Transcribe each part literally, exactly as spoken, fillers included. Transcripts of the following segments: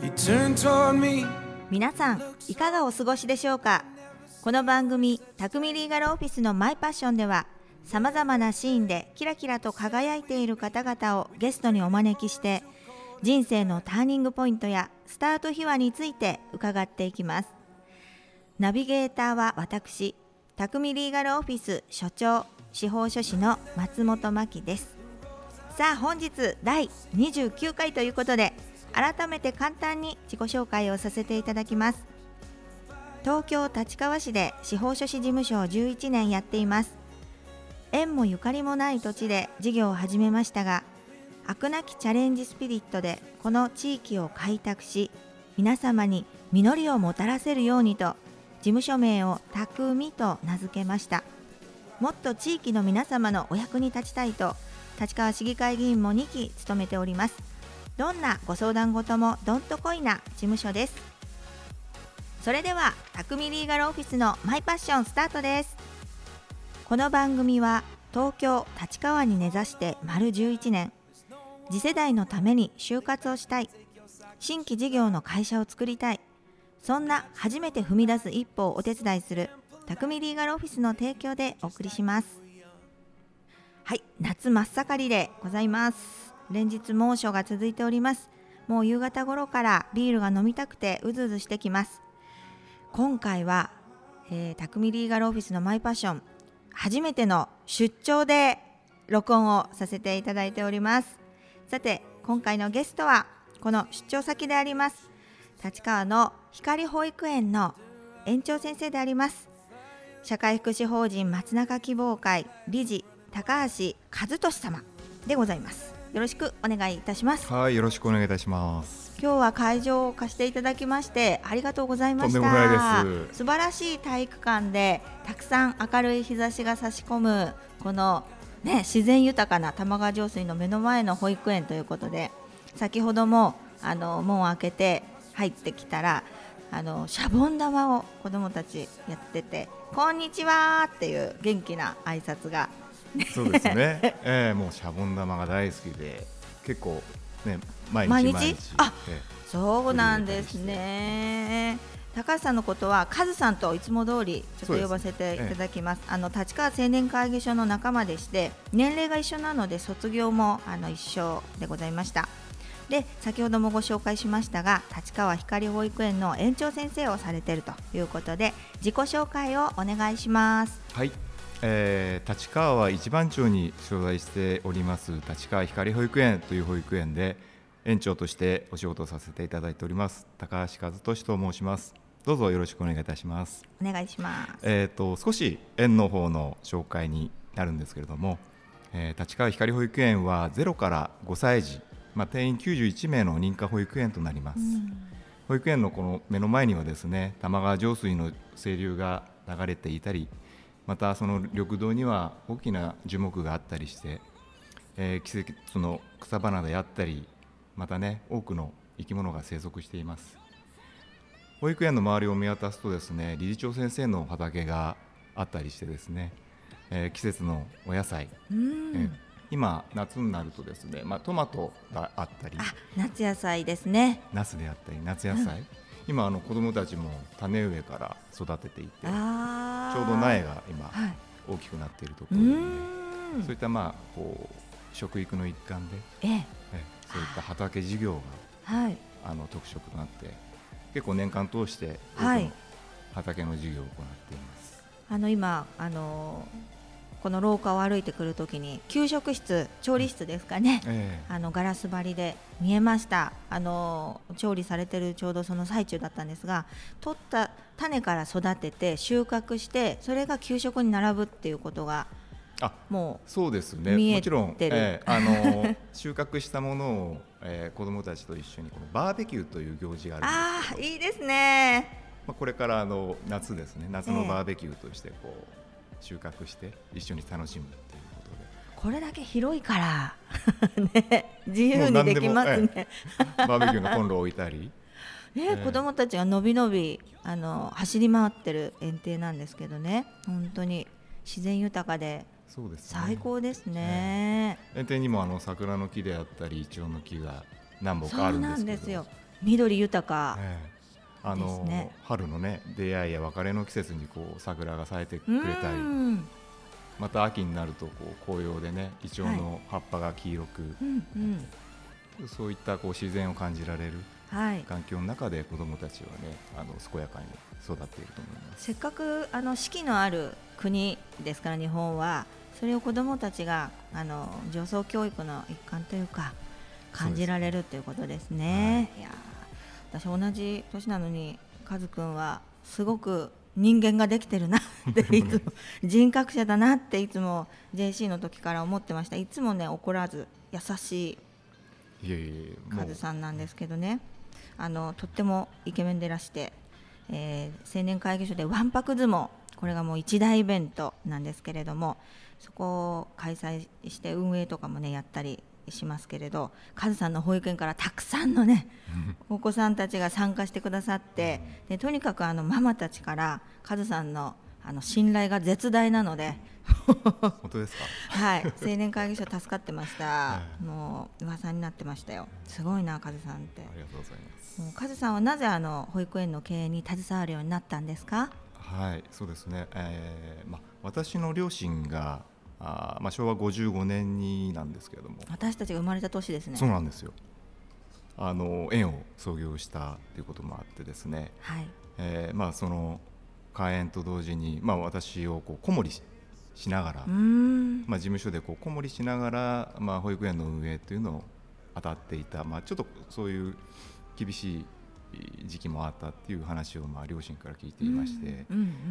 皆さんいかがお過ごしでしょうか。この番組タクミリーガルオフィスのマイパッションでは、さまざまなシーンでキラキラと輝いている方々をゲストにお招きして、人生のターニングポイントやスタート秘話について伺っていきます。ナビゲーターは私、タクミリーガルオフィス所長司法書士の松本真希です。さあ本日だいにじゅうきゅうかいということで、改めて簡単に自己紹介をさせていただきます。東京立川市で司法書士事務所をじゅういちねんやっています。縁もゆかりもない土地で事業を始めましたが、飽くなきチャレンジスピリットでこの地域を開拓し、皆様に実りをもたらせるようにと、事務所名をたくみと名付けました。もっと地域の皆様のお役に立ちたいと、立川市議会議員もにき務めております。どんなご相談事もどんとこいな事務所です。それではタクミリーガルオフィスのマイパッションスタートです。この番組は東京立川に根ざして丸じゅういちねん、次世代のために就活をしたい、新規事業の会社を作りたい、そんな初めて踏み出す一歩をお手伝いするタクミリーガルオフィスの提供でお送りします。はい、夏真っ盛りでございます。連日猛暑が続いております。もう夕方頃からビールが飲みたくてうずうずしてきます。今回は、えー、タクミリーガルオフィスのマイパッション初めての出張で録音をさせていただいております。さて今回のゲストはこの出張先であります立川の光保育園の園長先生であります社会福祉法人松中希望会理事高橋和俊様でございます。よろしくお願いいたします。 はい、よろしくお願いいたします。 今日は会場を貸していただきましてありがとうございました。 とんでもないです。 素晴らしい体育館でたくさん明るい日差しが差し込むこの、ね、自然豊かな玉川上水の目の前の保育園ということで、先ほどもあの門を開けて入ってきたらあのシャボン玉を子どもたちやってて、こんにちはっていう元気な挨拶がそうですね、えー、もうシャボン玉が大好きで結構、ね、毎日毎日毎日あ、 えー、 そうなんですね。高橋さんのことはカズさんといつも通りちょっと呼ばせていただきます。す、ええ、あの立川青年会議所の仲間でして、年齢が一緒なので卒業もあの一緒でございました。で先ほどもご紹介しましたが、立川光保育園の園長先生をされているということで、自己紹介をお願いします。 はい、えー、立川は一番町に所在しております立川光保育園という保育園で園長としてお仕事をさせていただいております高橋和俊と申します。どうぞよろしくお願いいたします。 お願いします。 えーと、少し園の方の紹介になるんですけれども、えー、立川光保育園はゼロからごさい児、まあ、定員きゅうじゅういちめいの認可保育園となります。保育園のこの目の前にはですね、玉川上水の清流が流れていたり、またその緑道には大きな樹木があったりして、えー、季節の草花であったり、またね多くの生き物が生息しています。保育園の周りを見渡すとですね、理事長先生の畑があったりしてですね、えー、季節のお野菜、 うん、 えー、今夏になるとですね、まあ、トマトがあったり、 あ、夏野菜ですね。 ナスであったり夏野菜、うん、今あの子どもたちも種植えから育てていて、 あちょうど苗が今、はい、大きくなっているところで、ね、そういったまあこう食育の一環で、 ええ、 そういった畑事業が、はい、あの特色となって結構年間通して多くの畑の事業を行っています。 はい、あの今あのこの廊下を歩いてくるときに給食室、調理室ですかね、ええ、あのガラス張りで見えました。あの調理されてるちょうどその最中だったんですが、取った種から育てて収穫して、それが給食に並ぶっていうことがあ、 もうそうですね、 見えもちろん、 えー、あの収穫したものを、えー、子どもたちと一緒にこのバーベキューという行事があるんですけど、 あ、いいですね。 まあ、これからあの夏ですね、夏のバーベキューとしてこう、えー収穫して一緒に楽しむということで、 これだけ広いからね、自由にできますね。 ええ、バーベキューのコンロを置いたり、 ね、えー、子どもたちがのびのびあの走り回ってる園庭なんですけどね、本当に自然豊かで最高ですね。 園庭にもあの桜の木であったりイチョウの木が何本かあるんですけど、そうなんですよ。 緑豊か、 ええ、あの、ね、春のね出会いや別れの季節にこう桜が咲いてくれたり、また秋になるとこう紅葉でねイチョウの葉っぱが黄色く、はいうんうん、そういったこう自然を感じられる環境の中で子どもたちはねあの健やかに育っていると思います。 せっかくあの四季のある国ですから日本はそれを子どもたちがあの上層教育の一環というか感じられるということですね。はい、いや私同じ年なのにカズくんはすごく人間ができてるなっていつも人格者だなっていつも ジェーシー の時から思ってました。いつもね怒らず優しいカズさんなんですけどね、あのとってもイケメンでいらして、えー、青年会議所でわんぱく相撲、これがもう一大イベントなんですけれども、そこを開催して運営とかもねやったりしますけれど、カズさんの保育園からたくさんのねお子さんたちが参加してくださって、でとにかくあのママたちからカズさんのあの信頼が絶大なので本当ですか？ はい、青年会議所助かってました、はい、もう噂になってましたよ。すごいなカズさんって。 ありがとうございます。 もうカズさんはなぜあの保育園の経営に携わるようになったんですか？ はい、そうですね、えーま、私の両親があ、まあ、しょうわごじゅうごねんになんですけれども、 私たちが生まれた年ですね。 そうなんですよ。あの園を創業したということもあってですね、はいえーまあ、その開園と同時に、まあ、私をこう子守り し, しながら、まあ、事務所でこう子守りしながら、まあ、保育園の運営というのを当たっていた、まあ、ちょっとそういう厳しい時期もあったっていう話をまあ両親から聞いていまして、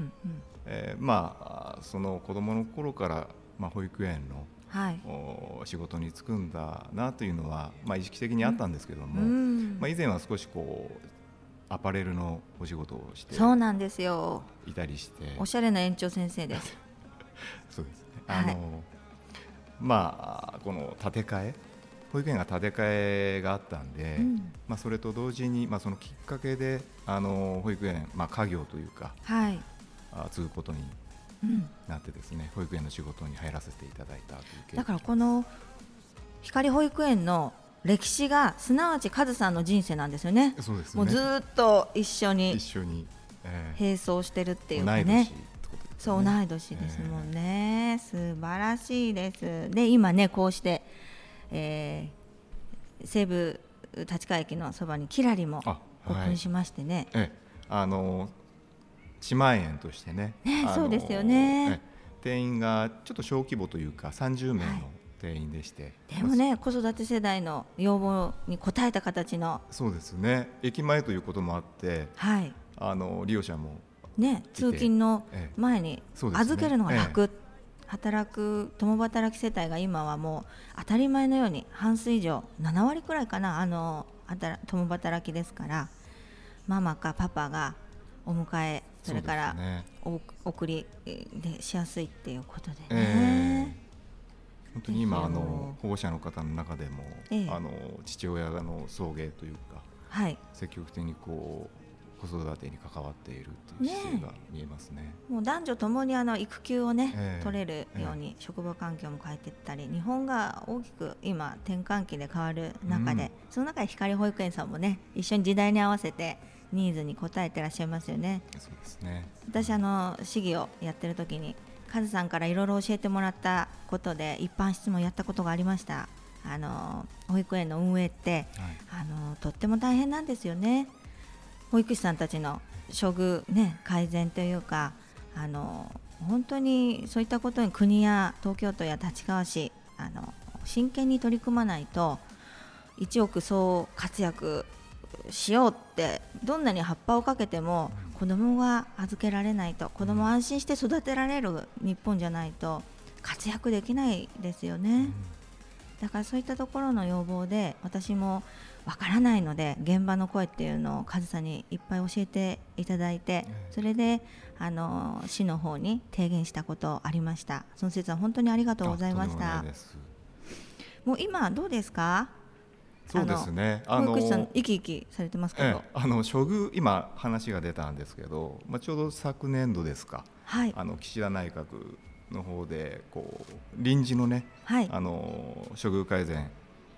まあその子どもの頃からまあ保育園の、はい、仕事に就くんだなというのはまあ意識的にあったんですけども、うんまあ、以前は少しこうアパレルのお仕事をしてそうなんですよいたりして、 おしゃれな園長先生ですそうですね、あの、はい、まあこの建て替え保育園が建て替えがあったんで、うんまあ、それと同時に、まあ、そのきっかけであの保育園、まあ、家業というか、はい、あ継ぐことになってですね、うん、保育園の仕事に入らせていただいたという経緯だからこの光保育園の歴史がすなわちカズさんの人生なんですよね。 そうですね、 もうずっと一緒に一緒に、 えー、並走してるっていうかね、そう同い年ですもんね、えー、素晴らしいです。で今ねこうしてえー、西武立川駅のそばにキラリもオープンしましてね、 はい、えあの姉妹園として ね, ねそうですよね。 定員がちょっと小規模というかさんじゅうめいの定員でして、 はい、でもね子育て世代の要望に応えた形のそうですね、駅前ということもあって、はい、あの利用者もね通勤の前に預けるのが楽、ええ働く共働き世帯が今はもう当たり前のように半数以上ななわりくらいかな、あの共働きですから、ママかパパがお迎えそれから、ね、お送りでしやすいっていうことでね、えー、本当に今あの保護者の方の中でも、えー、あの父親の送迎というか、はい、積極的にこう子育てに関わっているという姿勢が見えますね。 ねもう男女ともにあの育休を、ねえー、取れるように職場環境も変えていったり、日本が大きく今転換期で変わる中で、うん、その中で光保育園さんもね一緒に時代に合わせてニーズに応えてらっしゃいますよね。 そうですね。 私あの市議をやってる時にカズさんからいろいろ教えてもらったことで一般質問やったことがありました。あの保育園の運営って、はい、あのとっても大変なんですよね。保育士さんたちの処遇、ね、改善というか、あの本当にそういったことに国や東京都や立川市あの真剣に取り組まないといちおくそう活躍しようってどんなに葉っぱをかけても子供が預けられないと、子供を安心して育てられる日本じゃないと活躍できないですよね。だからそういったところの要望で私もわからないので現場の声っていうのをカズさんにいっぱい教えていただいて、それであの市の方に提言したことありました。その説は本当にありがとうございました。もう今どうですか？ そうですね、 あの保育士さん生き生きされてますけど、ええ、あの処遇今話が出たんですけど、まあ、ちょうど昨年度ですか、はい、あの岸田内閣の方でこう臨時のね、はい、あの処遇改善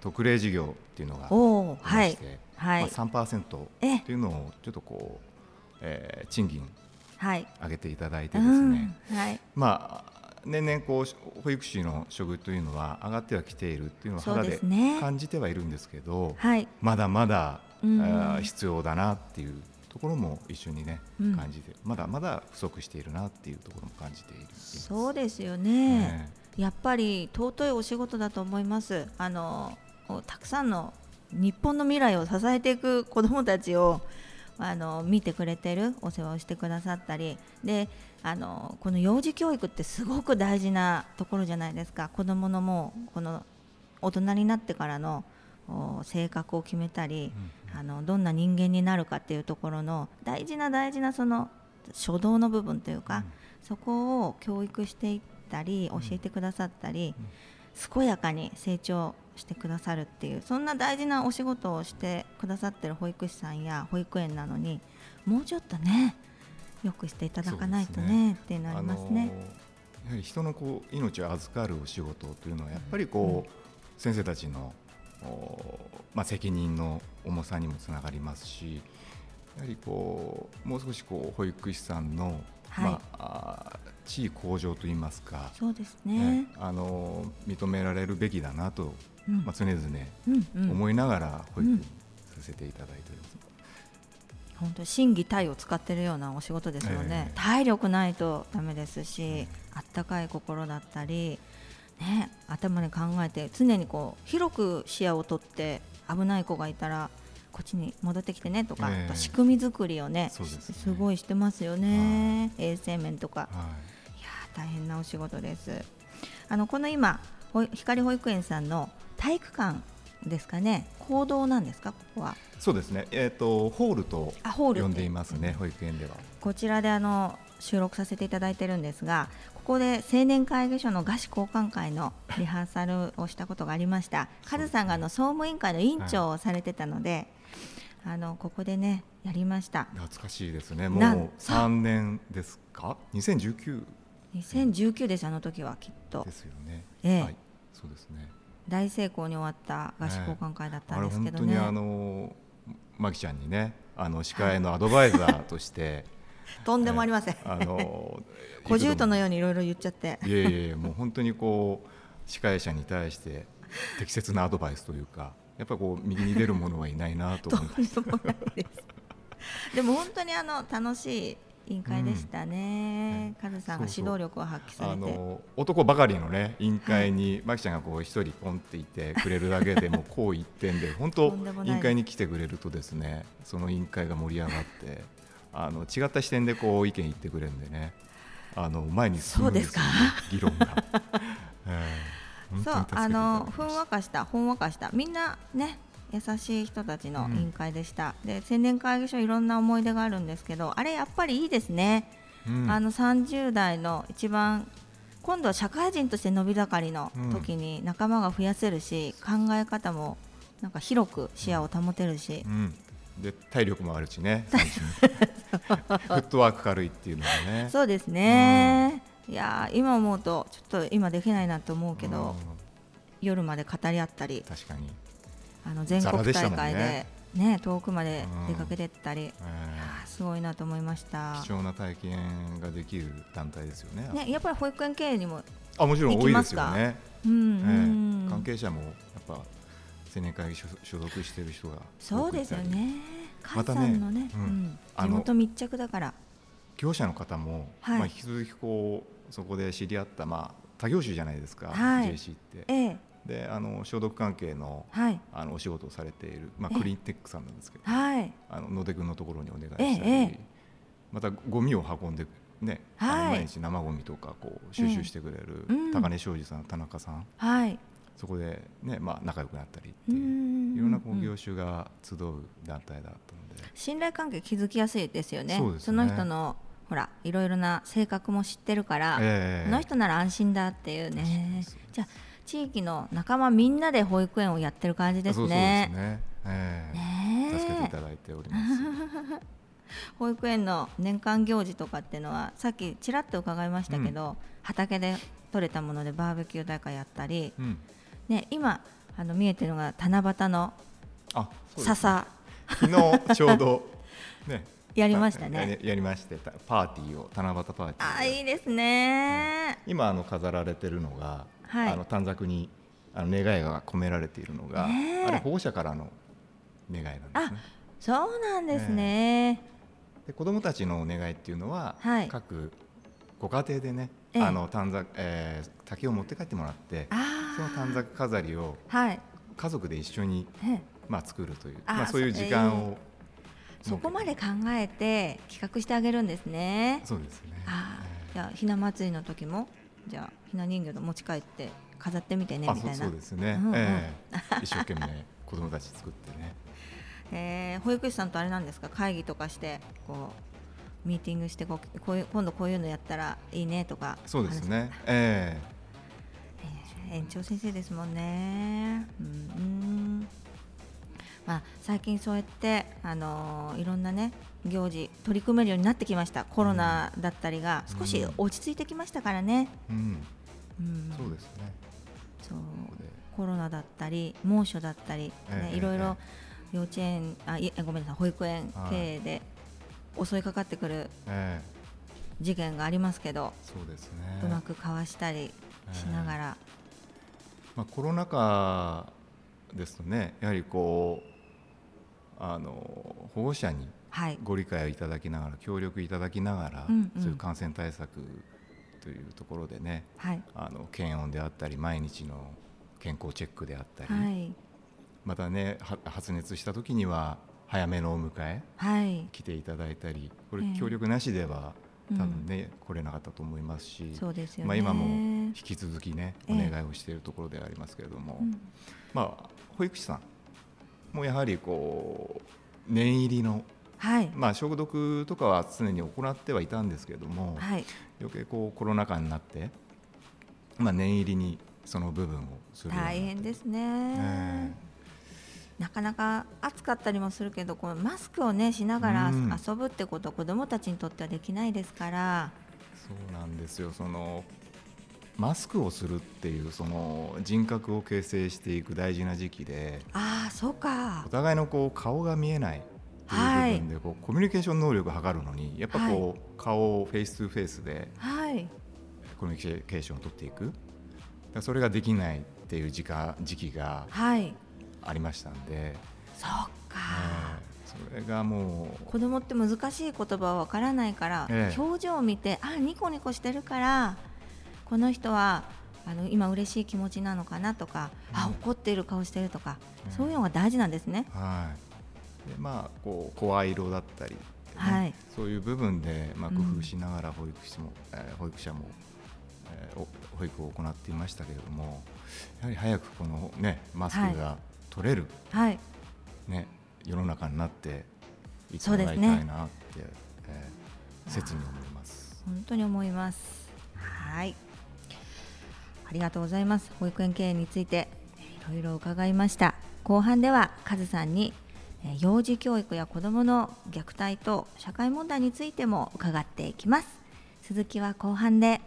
特例事業っていうのがありおー、 まはいして、 はい、 まあ、さんパーセントっていうのをちょっとこう、えー、賃金上げていただいてですね、 うん、はい、 まあ年々こう保育士の処遇というのは上がってはきているっていうのは肌で感じてはいるんですけど、 はい、 まだまだ、 うん、 必要だなっていうところも一緒にね、うん、感じて、まだまだ不足しているなっていうところも感じている。 そうですよね、ね、やっぱり尊いお仕事だと思います。あのたくさんの日本の未来を支えていく子どもたちをあの見てくれてる、お世話をしてくださったりで、あのこの幼児教育ってすごく大事なところじゃないですか。子どものもうこの大人になってからの性格を決めたり、うん、あのどんな人間になるかっていうところの大事な大事なその初動の部分というか、うん、そこを教育していったり教えてくださったり、うん、健やかに成長してくださるっていう、そんな大事なお仕事をしてくださってる保育士さんや保育園なのに、もうちょっとねよくしていただかないと ね, ねっていうのありますね。 やはり人のこう命を預かるお仕事というのはやっぱりこう、うん、先生たちのまあ、責任の重さにもつながりますし、やはりこうもう少しこう保育士さんの、はい、まあ、地位向上といいますか、 そうですね、 あの認められるべきだなと、うん、まあ、常々思いながら保育にさせていただいております。 うん、本当心技体を使っているようなお仕事ですので、えー、体力ないとダメですし、あったかい心だったりね、頭で考えて常にこう広く視野を取って危ない子がいたらこっちに戻ってきてねとか、えー、仕組み作りを ね, す, ねすごいしてますよね、はい、衛生面とか、はい、いや大変なお仕事です。あのこの今光保育園さんの体育館ですかね、講堂なんですか、ここは。 そうですね、えー、とホールと呼んでいますね、保育園では。 こちらであの収録させていただいてるんですが、ここで青年会議所の賀詞交換会のリハーサルをしたことがありました。カズさんがあの総務委員会の委員長をされてたので、はい、あのここでねやりました。 懐かしいですね。もうさんねんですか、にせんじゅうきゅうにせんじゅうきゅうです、あの時はきっとですよね、 ええ、 はい、そうですね、大成功に終わった賀詞交換会だったんですけどね、 えー、あれ本当にあのマキちゃんにね、あの司会のアドバイザーとしてとんでもありません、 あの小獣とのようにいろいろ言っちゃって、 いやいやもう本当にこう司会者に対して適切なアドバイスというか、やっぱりこう右に出る者はいないなと思いました。 とんでもないです。でも本当にあの楽しい委員会でしたね、うん、カズさんが指導力を発揮されて、 そうそう、あの男ばかりの、ね、委員会に、はい、マキちゃんがこう一人ポンっていてくれるだけでもこう一点で本当委員会に来てくれるとですね、その委員会が盛り上がってあの違った視点でこう意見言ってくれるんでね、あの前に進むんですよね、議論が、えー、 そう、あのふんわかしたほんわかしたみんなね優しい人たちの委員会でした、うん、で青年会議所いろんな思い出があるんですけど、あれやっぱりいいですね、うん、あのさんじゅう代の一番今度は社会人として伸び盛りの時に仲間が増やせるし、うん、考え方もなんか広く視野を保てるし、 うんうん、で体力もあるしねフットワーク軽いっていうのがねそうですね、うん、いや今思うとちょっと今できないなと思うけど、うん、夜まで語り合ったり、 確かにあの全国大会で、ねね、遠くまで出かけてったり、うん、すごいなと思いました。 貴重な体験ができる団体ですよ ね, ねやっぱり保育園経営にもあもちろん多いですよね、 うんうんえー、関係者もやっぱ青年会議所所属している人がそうですよね、カズさんのね、またね、うん、地元密着だから、 業者の方も、はい、まあ、引き続きこうそこで知り合った、まあ、他業種じゃないですか、はい、ジェーシー って、ええ、であの消毒関係 の,、はい、あのお仕事をされている、まあ、クリーンテックさんなんですけど、はい、あの野出君のところにお願いしたり、ええ、またゴミを運んで、ね、はい、あの毎日生ゴミとかこう収集してくれる、ええ、高根庄司さん、田中さん、はい、そこで、ね、まあ、仲良くなったりっていういろんなこう業種が集う団体だったので、 信頼関係築きやすいですよ ね, そうですね、その人のほらいろいろな性格も知ってるから、えー、この人なら安心だっていうね。じゃあ地域の仲間みんなで保育園をやってる感じですね。そうそうですね、えー、ね助けていただいております保育園の年間行事とかっていうのはさっきちらっと伺いましたけど、うん、畑で採れたものでバーベキュー大会やったり、うん、ね、今あの見えてるのが七夕のあ、そうですね、 笹昨日ちょうど、ね、 やりましたね。 やり、やりまして、パーティーを、七夕パーティーを、 あ、いいですね。 今あの飾られてるのが、 はい、 あの短冊にあの願いが込められているのが、 ね、 あれ保護者からの願いなんですね。 あ、そうなんですね。 で子どもたちの願いっていうのは、はい、各ご家庭でね、ええ、あの短冊、えー、竹を持って帰ってもらって、その短冊飾りを家族で一緒に、はい、まあ、作るという、まあ、そういう時間を、 えー、そこまで考えて企画してあげるんですね。 そうですね。 あ、えー、じゃあひな祭りの時もじゃあひな人形の持ち帰って飾ってみてねみたいな。 そうですね、うんうん、えー、一生懸命子どもたち作ってねえー、保育士さんとあれなんですか、会議とかしてこうミーティングしてこうこういう今度こういうのやったらいいねとか。 そうですね、えーえー、園長先生ですもんね。うん、うん、まあ、最近そうやって、あのー、いろんなね行事取り組めるようになってきました。コロナだったりが少し落ち着いてきましたからね、うんうん、そうですね。 そうコロナだったり猛暑だったり、ね、えー、いろいろ幼稚園あいごめんなさい保育園経営で襲いかかってくる事件がありますけど、 えー、そうですね、 うまくかわしたりしながら、 えーまあ、コロナ禍ですとね、やはりこうあの保護者にご理解をいただきながら、はい、協力いただきながら、うんうん、そういう感染対策というところでね、はい、あの検温であったり毎日の健康チェックであったり、はい、またね発熱した時には早めのお迎え、はい、来ていただいたり、これ協力なしでは、えー、多分ね、うん、来れなかったと思いますし、そうですよね、まあ、今も引き続きねお願いをしているところでありますけれども、えーうん、まあ、保育士さんもやはりこう念入りの、はい、まあ、消毒とかは常に行ってはいたんですけれども、はい、余計こうコロナ禍になって、まあ、念入りにその部分をするようになって、 大変ですね、えーなかなか暑かったりもするけど、このマスクを、ね、しながら遊ぶってことは子どもたちにとってはできないですから。 そうなんですよ。そのマスクをするっていうその人格を形成していく大事な時期で、 ああ、そうか、 お互いのこう顔が見えないという部分でこう、はい、コミュニケーション能力を測るのにやっぱこう、はい、顔をフェイストゥフェイスでコミュニケーションを取っていく、それができないっていう時間時期が、はいありましたんで、 そうか、 えー、それがもう子供って難しい言葉はわからないから、えー、表情を見て、あ、ニコニコしてるからこの人はあの今嬉しい気持ちなのかなとか、うん、あ、怒っている顔してるとか、うん、そういうのが大事なんですね、 はい、で、まあ、こう声色だったり、ね、はい、そういう部分で、まあ、工夫しながら保育士も、うん、えー、保育者も、えー、保育を行っていましたけれども、やはり早くこの、ね、マスクが、はい、取れる、はいね、世の中になっていってもらいたいなって、ね、えー、切に思います。 本当に思います。はい、ありがとうございます。保育園経営についていろいろ伺いました。後半ではカズさんに幼児教育や子どもの虐待と社会問題についても伺っていきます。続きは後半で。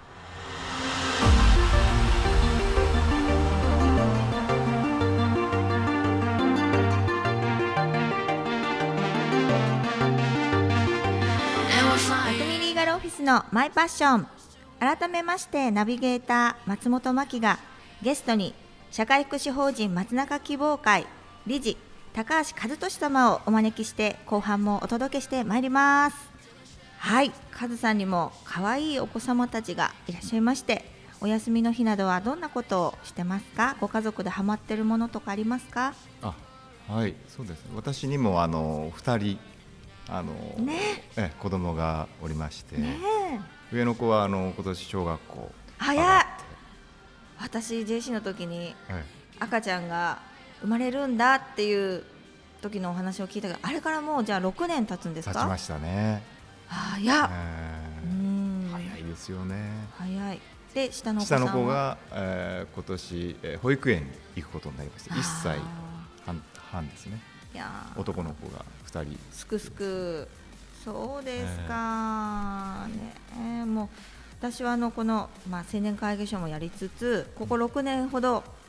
オフィスのマイパッション、改めましてナビゲーター松本真希がゲストに社会福祉法人松中希望会理事高橋和俊様をお招きして後半もお届けしてまいります。はい、和さんにも可愛いお子様たちがいらっしゃいまして、お休みの日などはどんなことをしてますか？ご家族でハマってるものとかありますか？ あ、はい、そうです。私にもあのふたりあの、ね、え子供がおりまして、ね、上の子はあの今年小学校早い。私 ジェーシー の時に赤ちゃんが生まれるんだっていう時のお話を聞いたけど、あれからもうじゃあろくねん経つんですか？ 経ちましたね。 早っ、えー、うん早いですよね。 早い。で下の子さんは下の子が、えー、今年、えー、保育園に行くことになりました。いっさいはんですね。いや男の子がふたりすくすく。そうですか、えー、ね、もう私はあのこの、まあ、青年会議所もやりつつこころくねんほど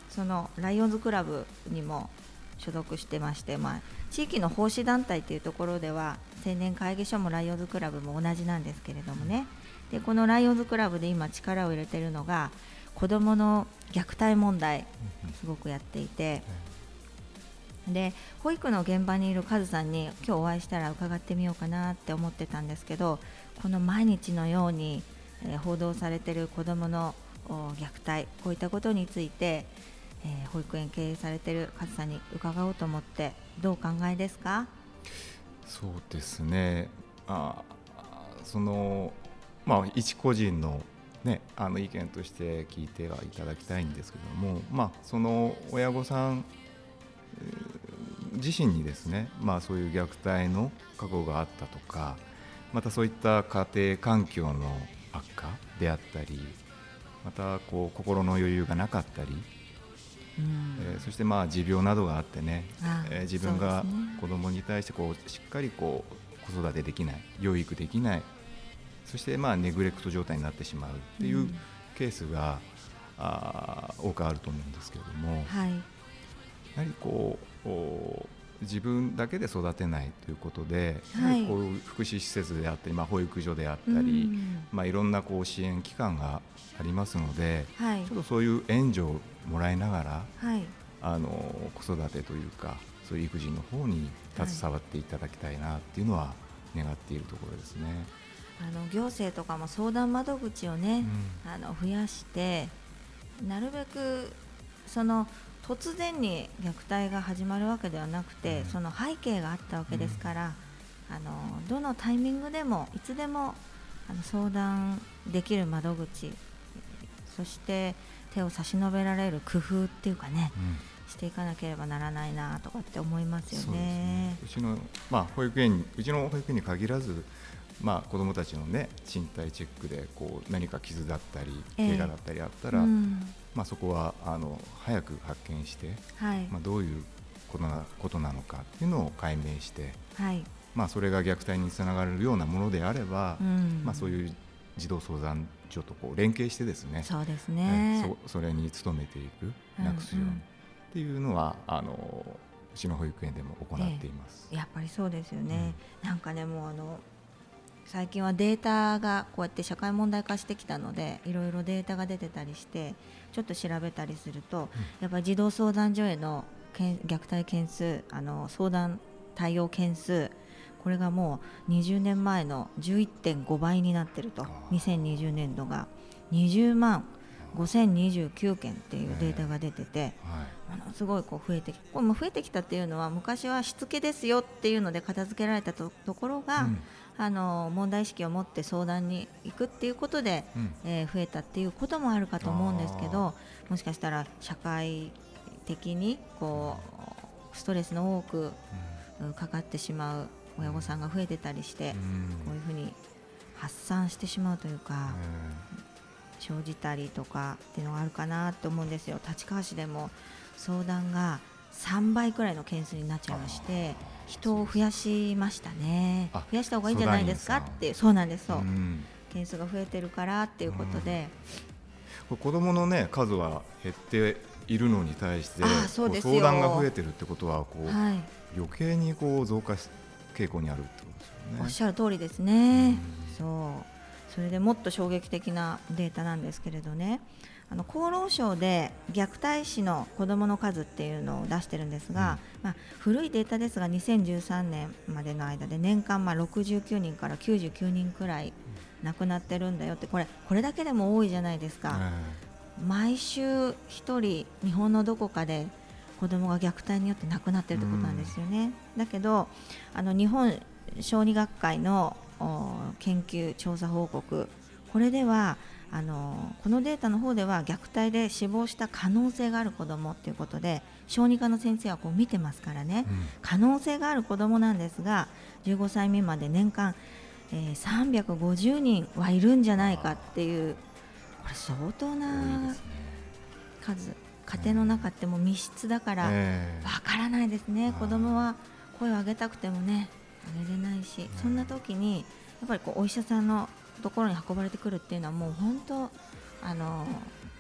そのライオンズクラブにも所属してまして、まあ、地域の奉仕団体というところでは青年会議所もライオンズクラブも同じなんですけれどもね、でこのライオンズクラブで今力を入れているのが子どもの虐待問題すごくやっていて、で保育の現場にいるカズさんに今日お会いしたら伺ってみようかなって思ってたんですけど、この毎日のように、えー、報道されている子どもの虐待、こういったことについて、えー、保育園経営されているカズさんに伺おうと思って、どうお考えですか？ そうですね、あその、まあ、一個人のね、あの意見として聞いてはいただきたいんですけども、まあ、その親御さん自身にですね、まあ、そういう虐待の過去があったとか、またそういった家庭環境の悪化であったり、またこう心の余裕がなかったり、うんえー、そしてまあ持病などがあってね、えー、自分が子供に対してこうしっかりこう子育てできない、養育できない、そしてまあネグレクト状態になってしまうっていうケースが、うん、あ多くあると思うんですけれども、はい、やはりこう自分だけで育てないということで、はい、こう福祉施設であったり、まあ、保育所であったり、うんまあ、いろんなこう支援機関がありますので、はい、ちょっとそういう援助をもらいながら、はい、あの子育てというかそういう育児の方に携わっていただきたいなっていうのは願っているところですね。 あの行政とかも相談窓口をね、うん、あの増やしてなるべくその突然に虐待が始まるわけではなくて、うん、その背景があったわけですから、うん、あのどのタイミングでもいつでもあの相談できる窓口、そして手を差し伸べられる工夫っていうかね、うん、していかなければならないなとかって思いますよね。 うちの、まあ、保育園うちの保育園に限らず、まあ、子どもたちの、ね、身体チェックでこう何か傷だったり怪我だったりあったら、えーうんまあ、そこはあの早く発見して、はいまあ、どういうことな、ことなのかっていうのを解明して、はいまあ、それが虐待につながるようなものであれば、うんまあ、そういう児童相談所とこう連携してですね、 そうですね、 そ, それに努めていく、なくすように、うんうん、っていうのはあのうちの保育園でも行っています、 えー、やっぱりそうですよね、うん、なんかねもうあの最近はデータがこうやって社会問題化してきたのでいろいろデータが出てたりしてちょっと調べたりすると、うん、やっぱり児童相談所への虐待件数、あの相談対応件数、これがもうにじゅうねんまえの じゅういってんご 倍になっていると。にせんにじゅうねんどがにじゅうまんごせんにじゅうきゅうけんっていうデータが出てて、はい、ものすごいこう増えてきこれも増えてきたっていうのは昔はしつけですよっていうので片付けられた と, ところが、うんあの問題意識を持って相談に行くっていうことで、うんえー、増えたっていうこともあるかと思うんですけど、もしかしたら社会的にこうストレスの多く、うん、かかってしまう親御さんが増えてたりして、うん、こういうふうに発散してしまうというか、うん、生じたりとかっていうのがあるかなと思うんですよ。立川市でも相談がさんばいくらいの件数になっちゃいまして、人を増やしましたね。増やした方がいいんじゃないですかっていう。そうなんです。そう、うん、件数が増えてるからっていうことで、 うん、子どもの、ね、数は減っているのに対して相談が増えてるってことはこう、はい、余計にこう増加傾向にあるってことですよね。 おっしゃる通りですね、うん、そうそれでもっと衝撃的なデータなんですけれどね、あの厚労省で虐待死の子どもの数っていうのを出してるんですが、うんまあ、古いデータですがにせんじゅうさんねんまでの間で年間まあろくじゅうきゅうにんからきゅうじゅうきゅうにんくらい亡くなってるんだよって、これこれだけでも多いじゃないですか、うん、毎週ひとり日本のどこかで子どもが虐待によって亡くなってるってことなんですよね、うん、だけどあの日本小児学会の研究調査報告、これではあのこのデータの方では虐待で死亡した可能性がある子どもということで小児科の先生はこう見てますからね、うん、可能性がある子どもなんですがじゅうごさい未満で年間、えー、さんびゃくごじゅうにんはいるんじゃないかっていう、これ相当な数、家庭の中ってもう密室だからわからないですね、子どもは声を上げたくてもね上げれないし、そんな時にやっぱりこうお医者さんのところに運ばれてくるっていうのはもう本当あの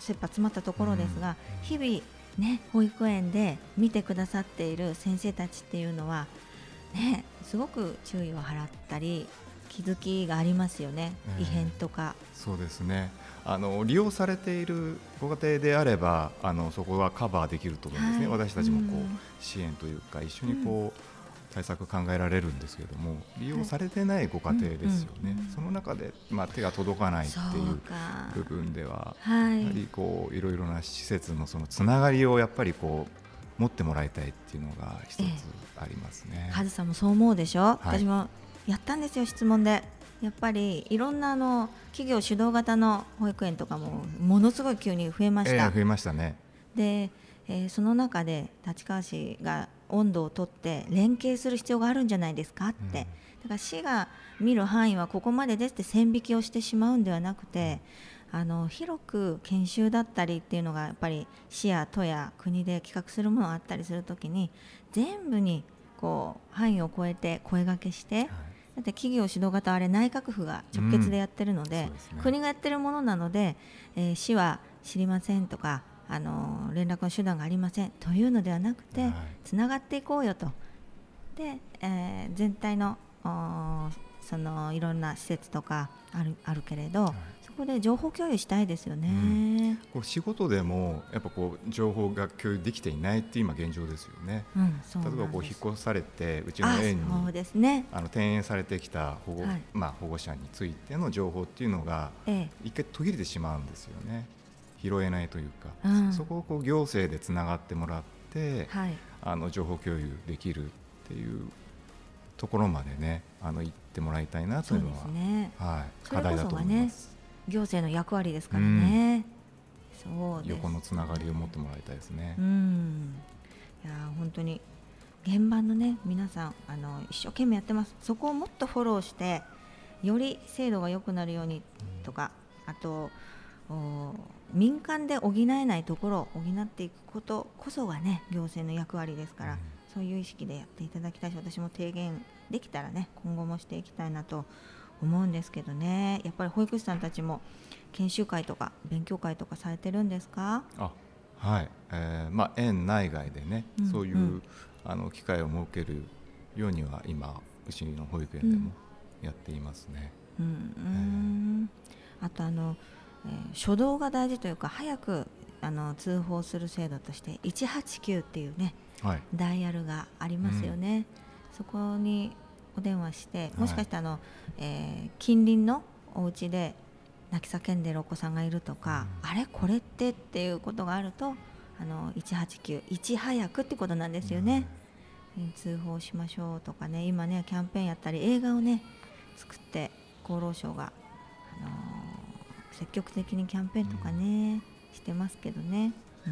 切羽詰まったところですが、うん、日々ね保育園で見てくださっている先生たちっていうのはねすごく注意を払ったり気づきがありますよね、えー、異変とか。 そうですね、あの利用されているご家庭であればあのそこはカバーできると思うんですね、はい、私たちもこう、うん、支援というか一緒にこう、うん、対策考えられるんですけれども、利用されてないご家庭ですよね、はいうんうん、その中で、まあ、手が届かないっていう部分では、はい、やはりこういろいろな施設のそのつながりをやっぱりこう持ってもらいたいっていうのが一つありますね。 カズさんもそう思うでしょ、はい、私もやったんですよ、質問で。やっぱりいろんなあの企業主導型の保育園とかもものすごい急に増えました、 えー、増えましたね。 で、えー、その中で立川市が温度をとって連携する必要があるんじゃないですかって、うん、だから市が見る範囲はここまでですって線引きをしてしまうんではなくて、あの広く研修だったりっていうのがやっぱり市や都や国で企画するものがあったりするときに全部にこう範囲を超えて声掛けして、はい、だって企業主導型あれ内閣府が直結でやってるので、うんそうですね、国がやってるものなので、えー、市は知りませんとか、あのー、連絡の手段がありませんというのではなくて、はい、つながっていこうよと。で、えー、全体のそのいろんな施設とかある、あるけれど、はい、そこで情報共有したいですよね、うん、 こう仕事でもやっぱこう情報が共有できていないって今現状ですよね、うん、そうなんです。例えばこう引っ越されてうちの園にそうです、ね、 あの転園されてきた保護、はいまあ、保護者についての情報っていうのが、ええ、一回途切れてしまうんですよね。拾えないというか、うん、そこをこう行政でつながってもらって、はい、あの情報共有できるっていうところまでね、あの行ってもらいたいなというのは、そうですね、はい、課題だと思います。 ね、行政の役割ですからね、うん、そうですね、 横のつながりを持ってもらいたいですね。 うん、いや本当に現場のね皆さんあの一生懸命やってます。そこをもっとフォローしてより制度が良くなるようにとか、うん、あと民間で補えないところを補っていくことこそがね行政の役割ですから、うん、そういう意識でやっていただきたいし、私も提言できたらね今後もしていきたいなと思うんですけどね。やっぱり保育士さんたちも研修会とか勉強会とかされてるんですか？ あ、はい、えーまあ、園内外でね、うん、そういう、うん、あの機会を設けるようには今うちの保育園でもやっていますね、うんうんえー、あとあの、えー、初動が大事というか早くあの通報する制度としていちはちきゅうっていうね、はい、ダイヤルがありますよね、うん、そこにお電話してもしかしてあの、はいえー、近隣のお家で泣き叫んでるお子さんがいるとか、うん、あれこれってっていうことがあるとあのいちはちきゅういち早くってことなんですよね、うん、通報しましょうとかね、今ねキャンペーンやったり映画をね作って厚労省が、あのー、積極的にキャンペーンとかね、うん、してますけどね、うん、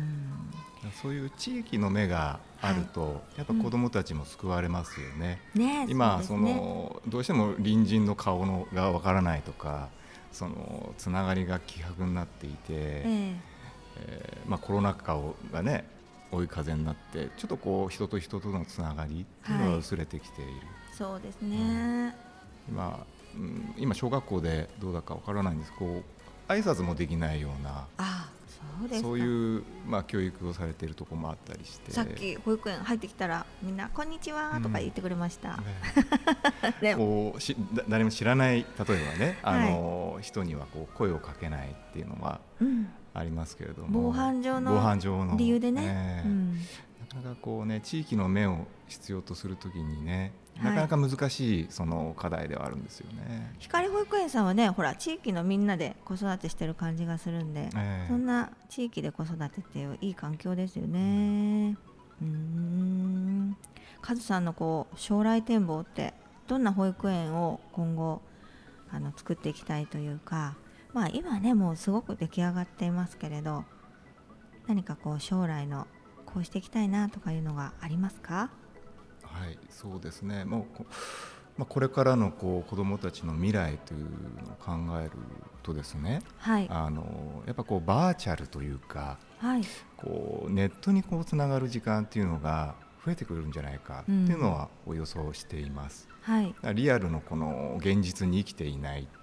そういう地域の目があると、はい、やっぱ子どもたちも救われますよね、 うんね、 今そのどうしても隣人の顔のがわからないとかそのつながりが希薄になっていて、えーえーまあ、コロナ禍がね追い風になってちょっとこう人と人とのつながりっていうのが薄れてきている、はい、 そうですね、 うん今うん、今小学校でどうだかわからないんですけどこう挨拶もできないようなあそうですかそういう、まあ、教育をされているところもあったりしてさっき保育園入ってきたらみんなこんにちはとか言ってくれました、 うんね、こうし誰も知らない例えばねあの、はい、人にはこう声をかけないっていうのはありますけれども、 うん、防犯上の理由でね、えーうん、 なかなかこうね地域の目を必要とするときにねなかなか難しいその課題ではあるんですよね。 光保育園さんはねほら地域のみんなで子育てしてる感じがするんで、えー、そんな地域で子育てっていういい環境ですよね。うーんカズさんのこう将来展望ってどんな保育園を今後あの作っていきたいというか、まあ今ねもうすごく出来上がっていますけれど何かこう将来のこうしていきたいなとかいうのがありますか？ はい、そうですね。もうこ、まあ、これからのこう子どもたちの未来というのを考えるとですね、はい、あのやっぱこうバーチャルというか、はい、こうネットにこうつながる時間っていうのが増えてくるんじゃないかっていうのは予想しています、うんはい、リアルのこの現実に生きていないっ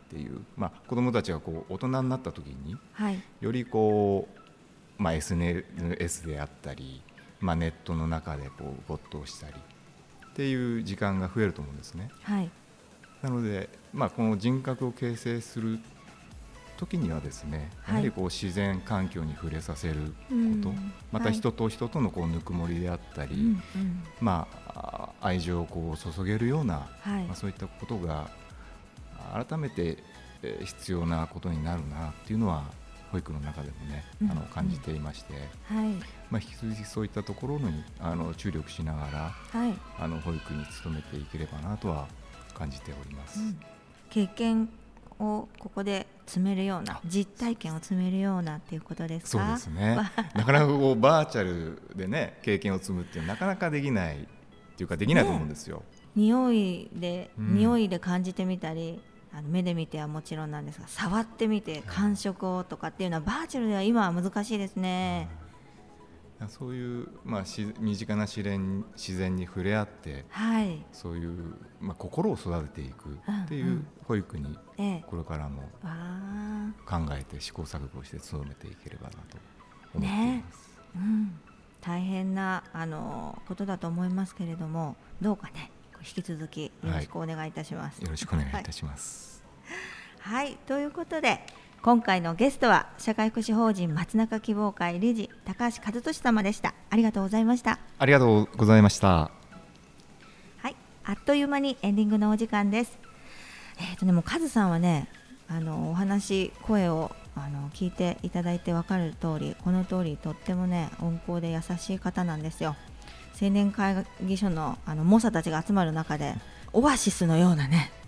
っていう、まあ、子どもたちがこう大人になった時に、 はい、 よりこう、まあ、エスエヌエス であったり、まあ、ネットの中でこう没頭したりっていう時間が増えると思うんですね。 はい、 なので、まあ、この人格を形成する時にはですね、やはりこう自然環境に触れさせること、はい、また人と人とのこうぬくもりであったり、はい、まあ、愛情をこう注げるような、はい、まあ、そういったことが改めて必要なことになるなっていうのは保育の中でもね、うん、あの感じていまして、はい、まあ、引き続きそういったところにあの注力しながら、はい、あの保育に努めていければなとは感じております、うん、 経験をここで積めるような、実体験を積めるようなっていうことですか。 そうですねなかなかこうバーチャルでね経験を積むっていうのはなかなかできないっていうかできないと思うんですよ、ね、 匂いで、うん、匂いで感じてみたり、あの目で見てはもちろんなんですが、触ってみて感触をとかっていうのはバーチャルでは今は難しいですね、 うん、そういう、まあ、身近な自然、自然に触れ合って、はい、そういう、まあ、心を育てていくっていう保育にこれからも考えて試行錯誤して努めていければなと思っています、 ね、うん、大変なあのことだと思いますけれども、どうかね引き続きよろしくお願いいたします、 はい、よろしくお願いいたします、 はいはい、ということで今回のゲストは社会福祉法人松中希望会理事高橋和俊様でした。ありがとうございました。 ありがとうございました。 はい、あっという間にエンディングのお時間です。えーとね、もうカズさんはね、あのお話声をあの聞いていただいて分かる通り、この通りとってもね温厚で優しい方なんですよ。青年会議所のあの猛者たちが集まる中でオアシスのようなね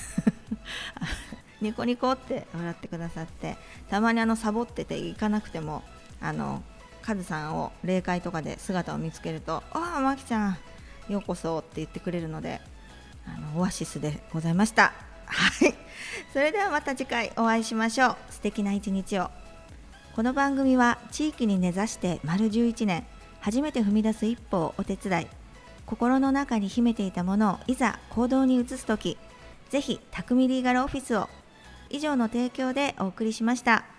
ニコニコって笑ってくださって、たまにあのサボってて行かなくてもあのカズさんを霊界とかで姿を見つけると、ああマキちゃんようこそって言ってくれるので、あのオアシスでございました。はい、それではまた次回お会いしましょう。素敵な一日を。この番組は地域に根ざして丸じゅういちねん、初めて踏み出す一歩をお手伝い、心の中に秘めていたものをいざ行動に移すとき、ぜひ匠リーガルオフィスを。以上の提供でお送りしました。